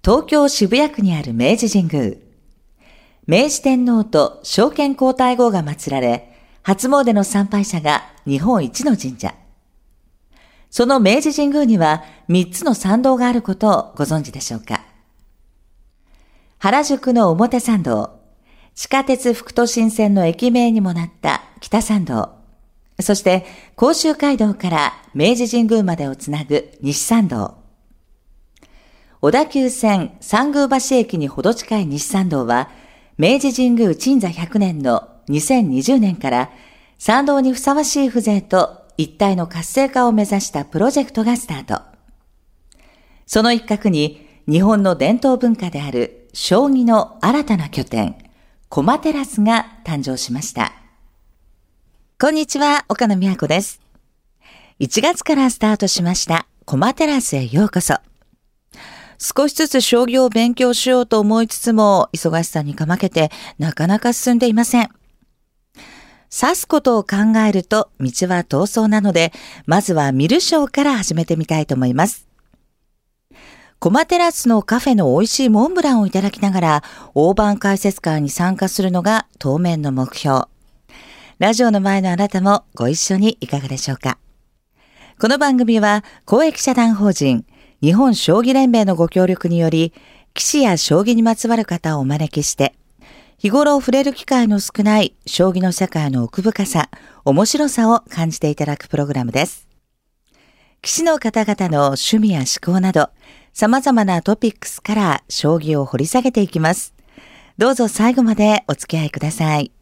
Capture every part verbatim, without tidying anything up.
東京渋谷区にある明治神宮。明治天皇と昭憲皇太后が祀られ、初詣の参拝者が日本一の神社。その明治神宮にはみっつの参道があることをご存知でしょうか。原宿の表参道、地下鉄副都心線の駅名にもなった北参道、そして甲州街道から明治神宮までをつなぐ西参道。小田急線三宮橋駅にほど近い西参道は、明治神宮鎮座ひゃくねんのにせんにじゅうねんから参道にふさわしい風情と一体の活性化を目指したプロジェクトがスタート。その一角に日本の伝統文化である将棋の新たな拠点、駒テラスが誕生しました。こんにちは、岡野美和子です。いちがつからスタートしました駒テラスへようこそ。少しずつ将棋を勉強しようと思いつつも、忙しさにかまけてなかなか進んでいません。指すことを考えると道は遠そうなので、まずは観る将から始めてみたいと思います。駒テラスのカフェの美味しいモンブランをいただきながら、大盤解説会に参加するのが当面の目標。ラジオの前のあなたもご一緒にいかがでしょうか。この番組は公益社団法人日本将棋連盟のご協力により、棋士や将棋にまつわる方をお招きして、日頃触れる機会の少ない将棋の世界の奥深さ、面白さを感じていただくプログラムです。棋士の方々の趣味や思考など、様々なトピックスから将棋を掘り下げていきます。どうぞ最後までお付き合いください。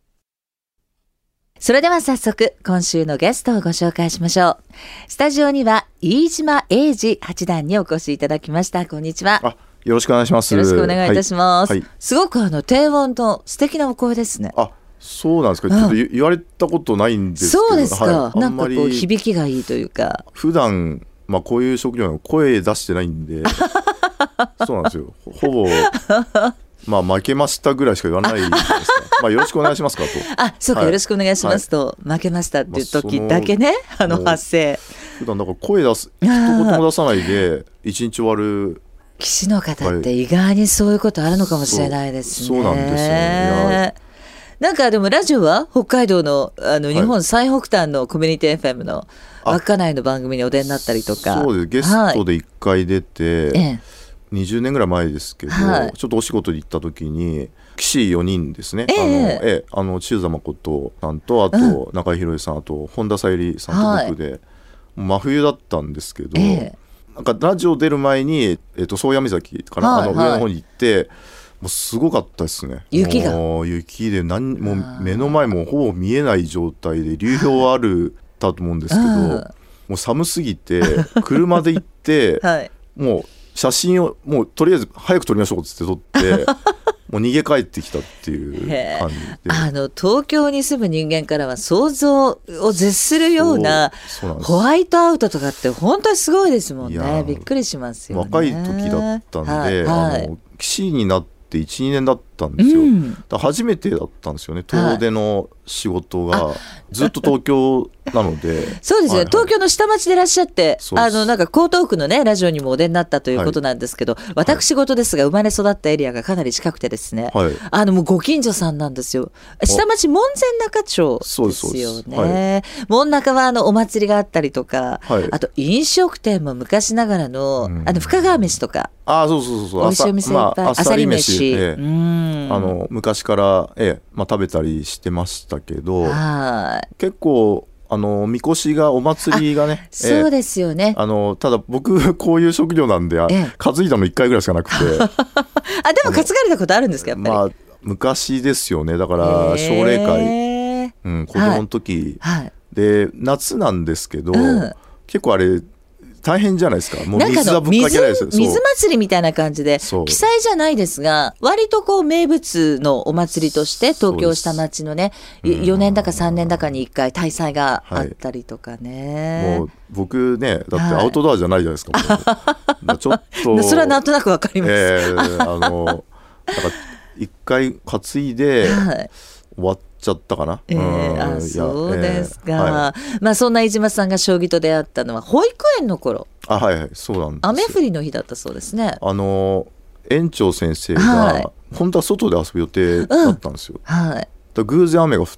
それでは早速、今週のゲストをご紹介しましょう。スタジオには飯島栄治八段にお越しいただきました。こんにちは。 あ、よろしくお願いします。 よろしくお願いいたします。 はいはい、 すごくあの低音の素敵なお声ですね。 あ、そうなんですか。ちょっと言われたことないんですけど。 そうですか。はい、なんかこう響響きがいいというか。 普段まあこういう職業の声出してないんで、そうなんですよ。ほぼ。まあ負けましたぐらいしか言わないですか。まあよろしくお願いしますかと。 あ、そうか、はい、よろしくお願いしますと、はい、負けましたっていう時だけね、まあ、あの発声。 普段だから声出す一言も出さないで一日終わる。 棋士の方って意外にそういうことあるのかもしれないですね。 そう、そうなんですよね。 なんかでもラジオは北海道のあの日本最北端のコミュニティ エフエム の稚内の番組にお出になったりとか。 そうです。ゲストでいっかい出て。 はい、ええにじゅうねんぐらい前ですけど、はい、ちょっとお仕事で行った時に棋士よにんですね、 えー、 あのええあの千代誠さんとあと中井宏さん、あと本田さゆりさんと僕で、はい、真冬だったんですけど、えー、なんかラジオ出る前に、えー、と宗谷岬かな、はい、あの上の方に行って、はい、もうすごかったですね。 雪がもう雪で何もう目の前もほぼ見えない状態で流氷はあるだと思うんですけど、もう寒すぎて車で行って、はい、もう写真をもうとりあえず早く撮りましょうって撮ってもう逃げ帰ってきたっていう感じで、 あの東京に住む人間からは想像を絶するようなホワイトアウトとかって本当にすごいですもんね。びっくりしますよね。 若い時だったんで、はいはい、あの棋士になって いちにねんだったんですよ、うん、だから初めてだったんですよね、遠出の仕事が、はい、ずっと東京なのでそうですね、はいはい、東京の下町でいらっしゃって、あのなんか江東区のねラジオにもお出になったということなんですけど、はい、私事ですが生まれ育ったエリアがかなり近くてですね、はい、あのもうご近所さんなんですよ。下町門前仲町ですよね。はい、門中はあのお祭りがあったりとか、はい、あと飲食店も昔ながらの、うん、あの深川飯とか、 あ、そうそうそうそう、 美味しいお店いっぱい、まあ、あさり飯、 ええ、うんあの昔から、ええまあ、食べたりしてましたけど、 はい結構あのみこしがお祭りがね、 そうですよね、 ええ、あのただ僕こういう職業なんで、ええ、担いだのいっかいぐらいしかなくてあでも担がれたことあるんですかやっぱり、まあ、 昔ですよね。だから奨励会、うん、子供の時、はいはい、で夏なんですけど、うん、結構あれ大変じゃないですか。もう水はぶっかけないですよ。 水、水祭りみたいな感じで記載じゃないですが割とこう名物のお祭りとして東京下町のねよねんだかさんねんだかにいっかい大祭があったりとかね、 はい、もう僕ねだってアウトドアじゃないじゃないですか、はい、ちょっとそれはなんとなくわかります、 えー、あのなんかいっかい担いで終わっちゃったかな、 えー、あそうですか、えーはい、まあそんな飯島さんが将棋と出会ったのは保育園の頃、 あ、はいはい、そうなんですよ。 雨降りの日だったそうですね。 あの園長先生が、はい、本当は外で遊ぶ予定だったんですよ、 うんはい、 だ偶然雨が降って、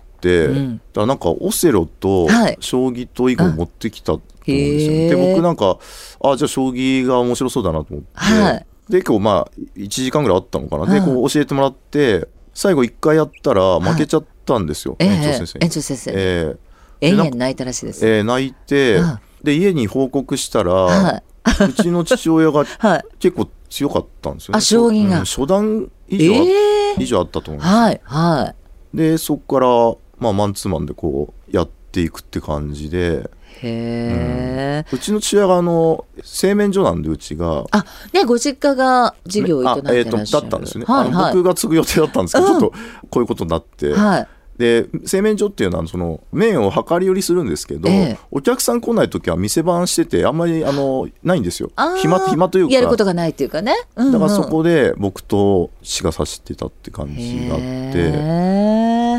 うん、だからなんかオセロと将棋と囲碁を持ってきたと思うんですよ、ね、で僕なんかあじゃあ将棋が面白そうだなと思って、はい、で今日まあいちじかんぐらいあったのかな、でこう教えてもらって最後いっかいやったら負けちゃったんですよ、はい、園長先生に、 えー、園長先生、 えー、 延々泣いたらしいです、 えー、泣いて、で家に報告したら、はい、うちの父親が結構強かったんですよね、 あ将棋が、 うん、初段以上、えー、以上あったと思うんですよ、 はいはい、 でそこから、まあ、マンツーマンでこうやっていくって感じで、 へー、 うん、うちの父親があの製麺所なんで、うちがあ、ね、ご実家が事業を営んでらっしゃる、 えー、とだったんですよね、はいはい、あの僕が継ぐ予定だったんですけど、うん、ちょっとこういうことになって、はい、で製麺所っていうのはその麺を量り売りするんですけど、ええ、お客さん来ないときは店番しててあんまりあのないんですよ、暇暇というかやることがないっていうかね、うんうん、 だからそこで僕と父が指してたって感じがあって、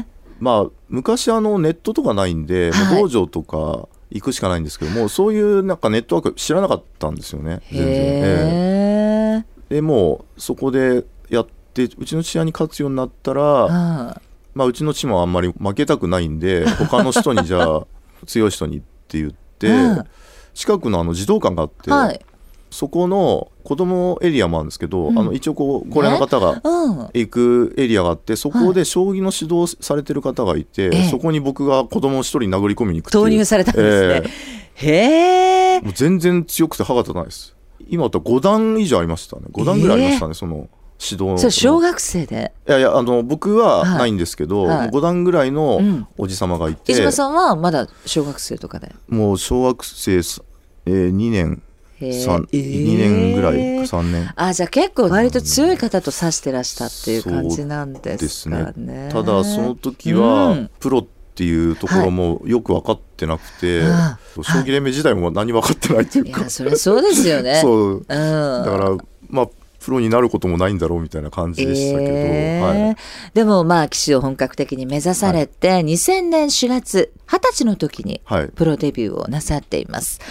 まあ昔あのネットとかないんで、はい、もう道場とか行くしかないんですけども、そういうなんかネットワーク知らなかったんですよね、全然、えー、でもうそこでやってうちの父親に勝つようになったら、まあ、うちの父もあんまり負けたくないんで他の人にじゃあ強い人にって言って、うん、近くのあの児童館があって、はい、そこの子供エリアもあるんですけど、うん、あの一応こう高齢の方が行くエリアがあって、そこで将棋の指導されてる方がいて、はい、そこに僕が子供一人殴り込みに行くっていう投入されたんですね、えー、へー、 もう全然強くて歯が立たないです。今だったらご段以上ありましたね、ご段ぐらいありましたね、えー、その指導。 それ小学生で？ いやいや、あの僕はないんですけど、はいはい、ご段ぐらいのおじさまがいて、 飯島さんはまだ小学生とかで？ もう小学生、えー、にねんさん、えー、にねんぐらいさんねん。 あ、じゃあ結構割と強い方と指してらしたっていう感じなんですかね。 そうですね。ただその時は、うん、プロっていうところもよく分かってなくて、はい、将棋連盟自体も何分かってないっていうか、 いやそれそうですよねそう、うん、だからまあプロになることもないんだろうみたいな感じでしたけど、えーはい、 でもまあ棋士を本格的に目指されて、はい、にせんねんしがつはたちの時にプロデビューをなさっています、はい、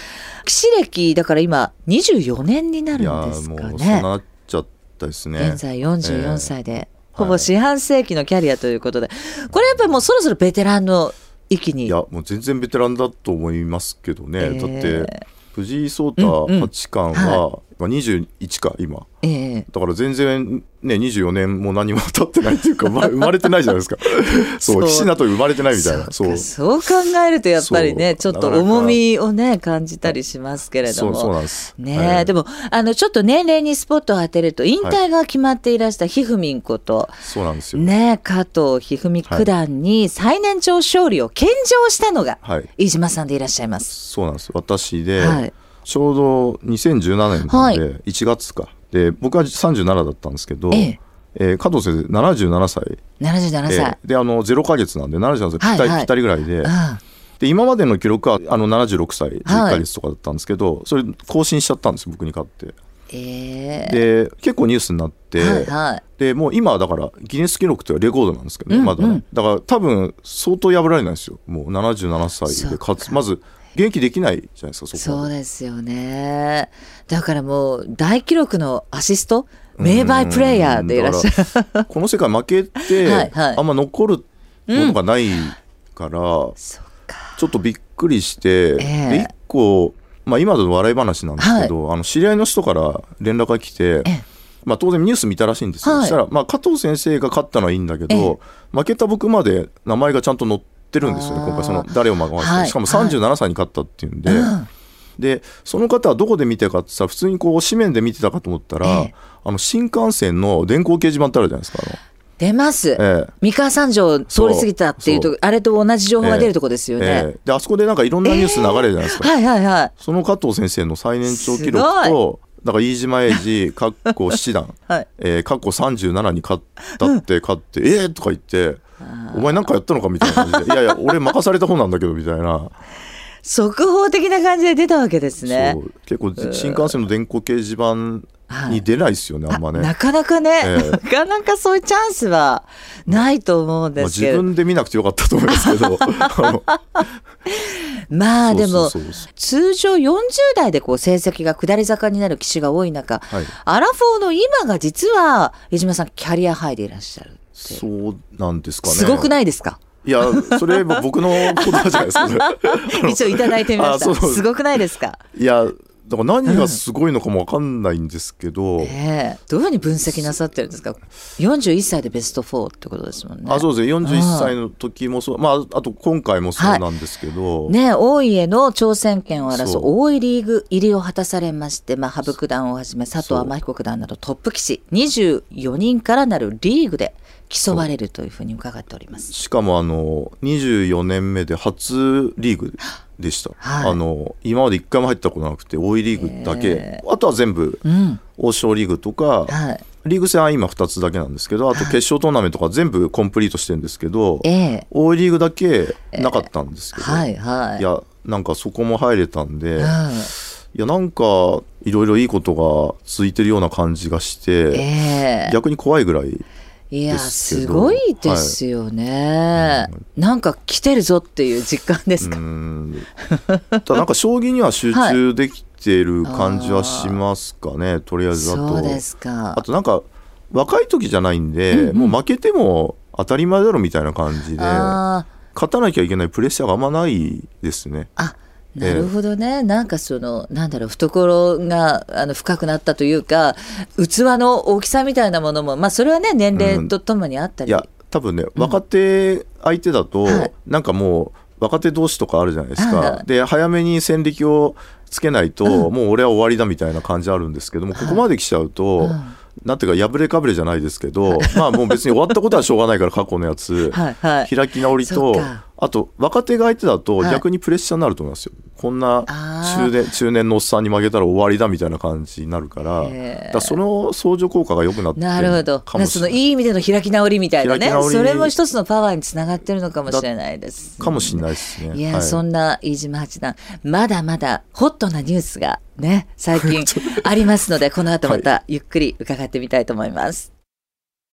棋士歴だから今にじゅうよねんになるんですかね。いやもうそうなっちゃったですね。 現在よんじゅうよんさいで、えー、ほぼ四半世紀のキャリアということで、はい、これやっぱりもうそろそろベテランの域に。 いやもう全然ベテランだと思いますけどね、えー、だって藤井聡太八冠は、うんうんはい、にじゅういちか今、えー、だから全然ねにじゅうよねんも何も経ってないっていうか生まれてないじゃないですかそう棋士なと生まれてないみたいな、 そうそう考えるとやっぱりねちょっと重みをね感じたりしますけれども、 そうそうなんですね、はい、でもあのちょっと年齢にスポットを当てると引退が決まっていらしたひふみんこと、はい、 そうなんですよね、加藤一二三九段に最年長勝利を献上したのが飯島さんでいらっしゃいます。 そうなんです、私で、はい、ちょうどにせんじゅうななねんなんでいちがつかで僕はさんじゅうななだったんですけど、えええー、加藤先生ななじゅうななさいななじゅうななさい、えー、 であのゼロかげつなんでななじゅうななさいぴったり、はいはい、ぴったりぐらい で,、で今までの記録はあのななじゅうろくさいじゅっかげつとかだったんですけど、はい、それ更新しちゃったんですよ僕に勝って、えー、で結構ニュースになって、はいはい、でもう今はだからギネス記録というレコードなんですけどね、うんうん、まだねだから多分相当破られないんですよ。もうななじゅうななさいで勝つまず元気できないじゃないですか。 そ, そうですよね。だからもう大記録のアシスト名バイプレイヤーでいらっしゃるこの世界負けてはい、はい、あんま残るものがないから、うん、ちょっとびっくりして、えー、でいっこ、まあ、今だと笑い話なんですけど、はい、あの知り合いの人から連絡が来て、えーまあ、当然ニュース見たらしいんですよ、はい、そしたら、まあ、加藤先生が勝ったのはいいんだけど、えー、負けた僕まで名前がちゃんと載ってってるんですよね今回その誰をまがして、しかもさんじゅうななさいに勝ったっていうんで、はいうん、でその方はどこで見てかってさ普通にこう紙面で見てたかと思ったら、ええ、あの新幹線の電光掲示板ってあるじゃないですか。あの出ます、ええ、三河三条通り過ぎたっていうとあれと同じ情報が出るとこですよね、ええ、 であそこでなんかいろんなニュース流れるじゃないですか、 えー、はいはいはい。 その加藤先生の最年長記録とだから飯島英二かっこ七段、はいえー、かっこさんじゅうななに勝ったって勝って、うん、えーとか言ってお前なんかやったのかみたいな感じでいやいや俺任された方なんだけどみたいな速報的な感じで出たわけですね。 そう結構新幹線の電光掲示板に出ないですよね、はい、あんまね。 なかなかね、えー、なかなかそういうチャンスはないと思うんですけど、 まあ、自分で見なくてよかったと思いますけどまあでも通常よんじゅう代でこう成績が下り坂になる棋士が多い中、はい、アラフォーの今が実は飯島さんキャリアハイでいらっしゃるって。 そうなんですかね。 すごくないですか。 いやそれ僕の言葉じゃないですかね一応いただいてみました。すごくないですか。 いやだから何がすごいのかも分かんないんですけど、うんえー、どういうふうに分析なさってるんですか。よんじゅういっさいでベストフォーってことですもんね。 あそうですね。よんじゅういっさいの時もそう、まあ、あと今回もそうなんですけど、 はい、ね、王位への挑戦権を争う王位リーグ入りを果たされまして、まあ、羽生九段をはじめ佐藤天彦九段などトップ棋士にじゅうよにんからなるリーグで競われるというふうに伺っております。 しかもあのにじゅうよねんめで初リーグでした、はい、あの今までいっかいも入ったことなくて王位リーグだけ、えー、あとは全部、うん、王将リーグとか、はい、リーグ戦は今ふたつだけなんですけど、あと決勝トーナメントとか全部コンプリートしてるんですけど、えー、王位リーグだけなかったんですけど、えーはいはい、いやなんかそこも入れたんで、うん、いやなんかいろいろいいことが続いてるような感じがして、えー、逆に怖いぐらい。 いやすごいですよね、はい、なんか来てるぞっていう実感ですか。うーんただなんか将棋には集中できてる感じはしますかね、はい、とりあえずだと。 そうですか。 あとなんか若い時じゃないんで、うんうん、もう負けても当たり前だろみたいな感じで勝たなきゃいけないプレッシャーがあんまないですね。 あなるほどね、えー、なんかそのなんだろう懐があの深くなったというか器の大きさみたいなものも、まあ、それはね年齢とともにあったり、 うん、いや多分ね若手相手だと、うん、なんかもう若手同士とかあるじゃないですか、はい、で早めに戦力をつけないと、うん、もう俺は終わりだみたいな感じあるんですけども、ここまで来ちゃうと、うんなんていうか破れかぶれじゃないですけど、はい、まあもう別に終わったことはしょうがないから過去のやつはい、はい、開き直りとあと若手が相手だと逆にプレッシャーになると思いますよ、はい、こんな中年、中年のおっさんに負けたら終わりだみたいな感じになるから、だからその相乗効果が良くなってるかもしれない。なるほど、 そのいい意味での開き直りみたいなね、それも一つのパワーにつながってるのかもしれないです、 ね、かもしれないですね。 いや、 はい、 そんな飯島八段まだまだホットなニュースがね最近ありますのでこの後またゆっくり伺ってみたいと思います。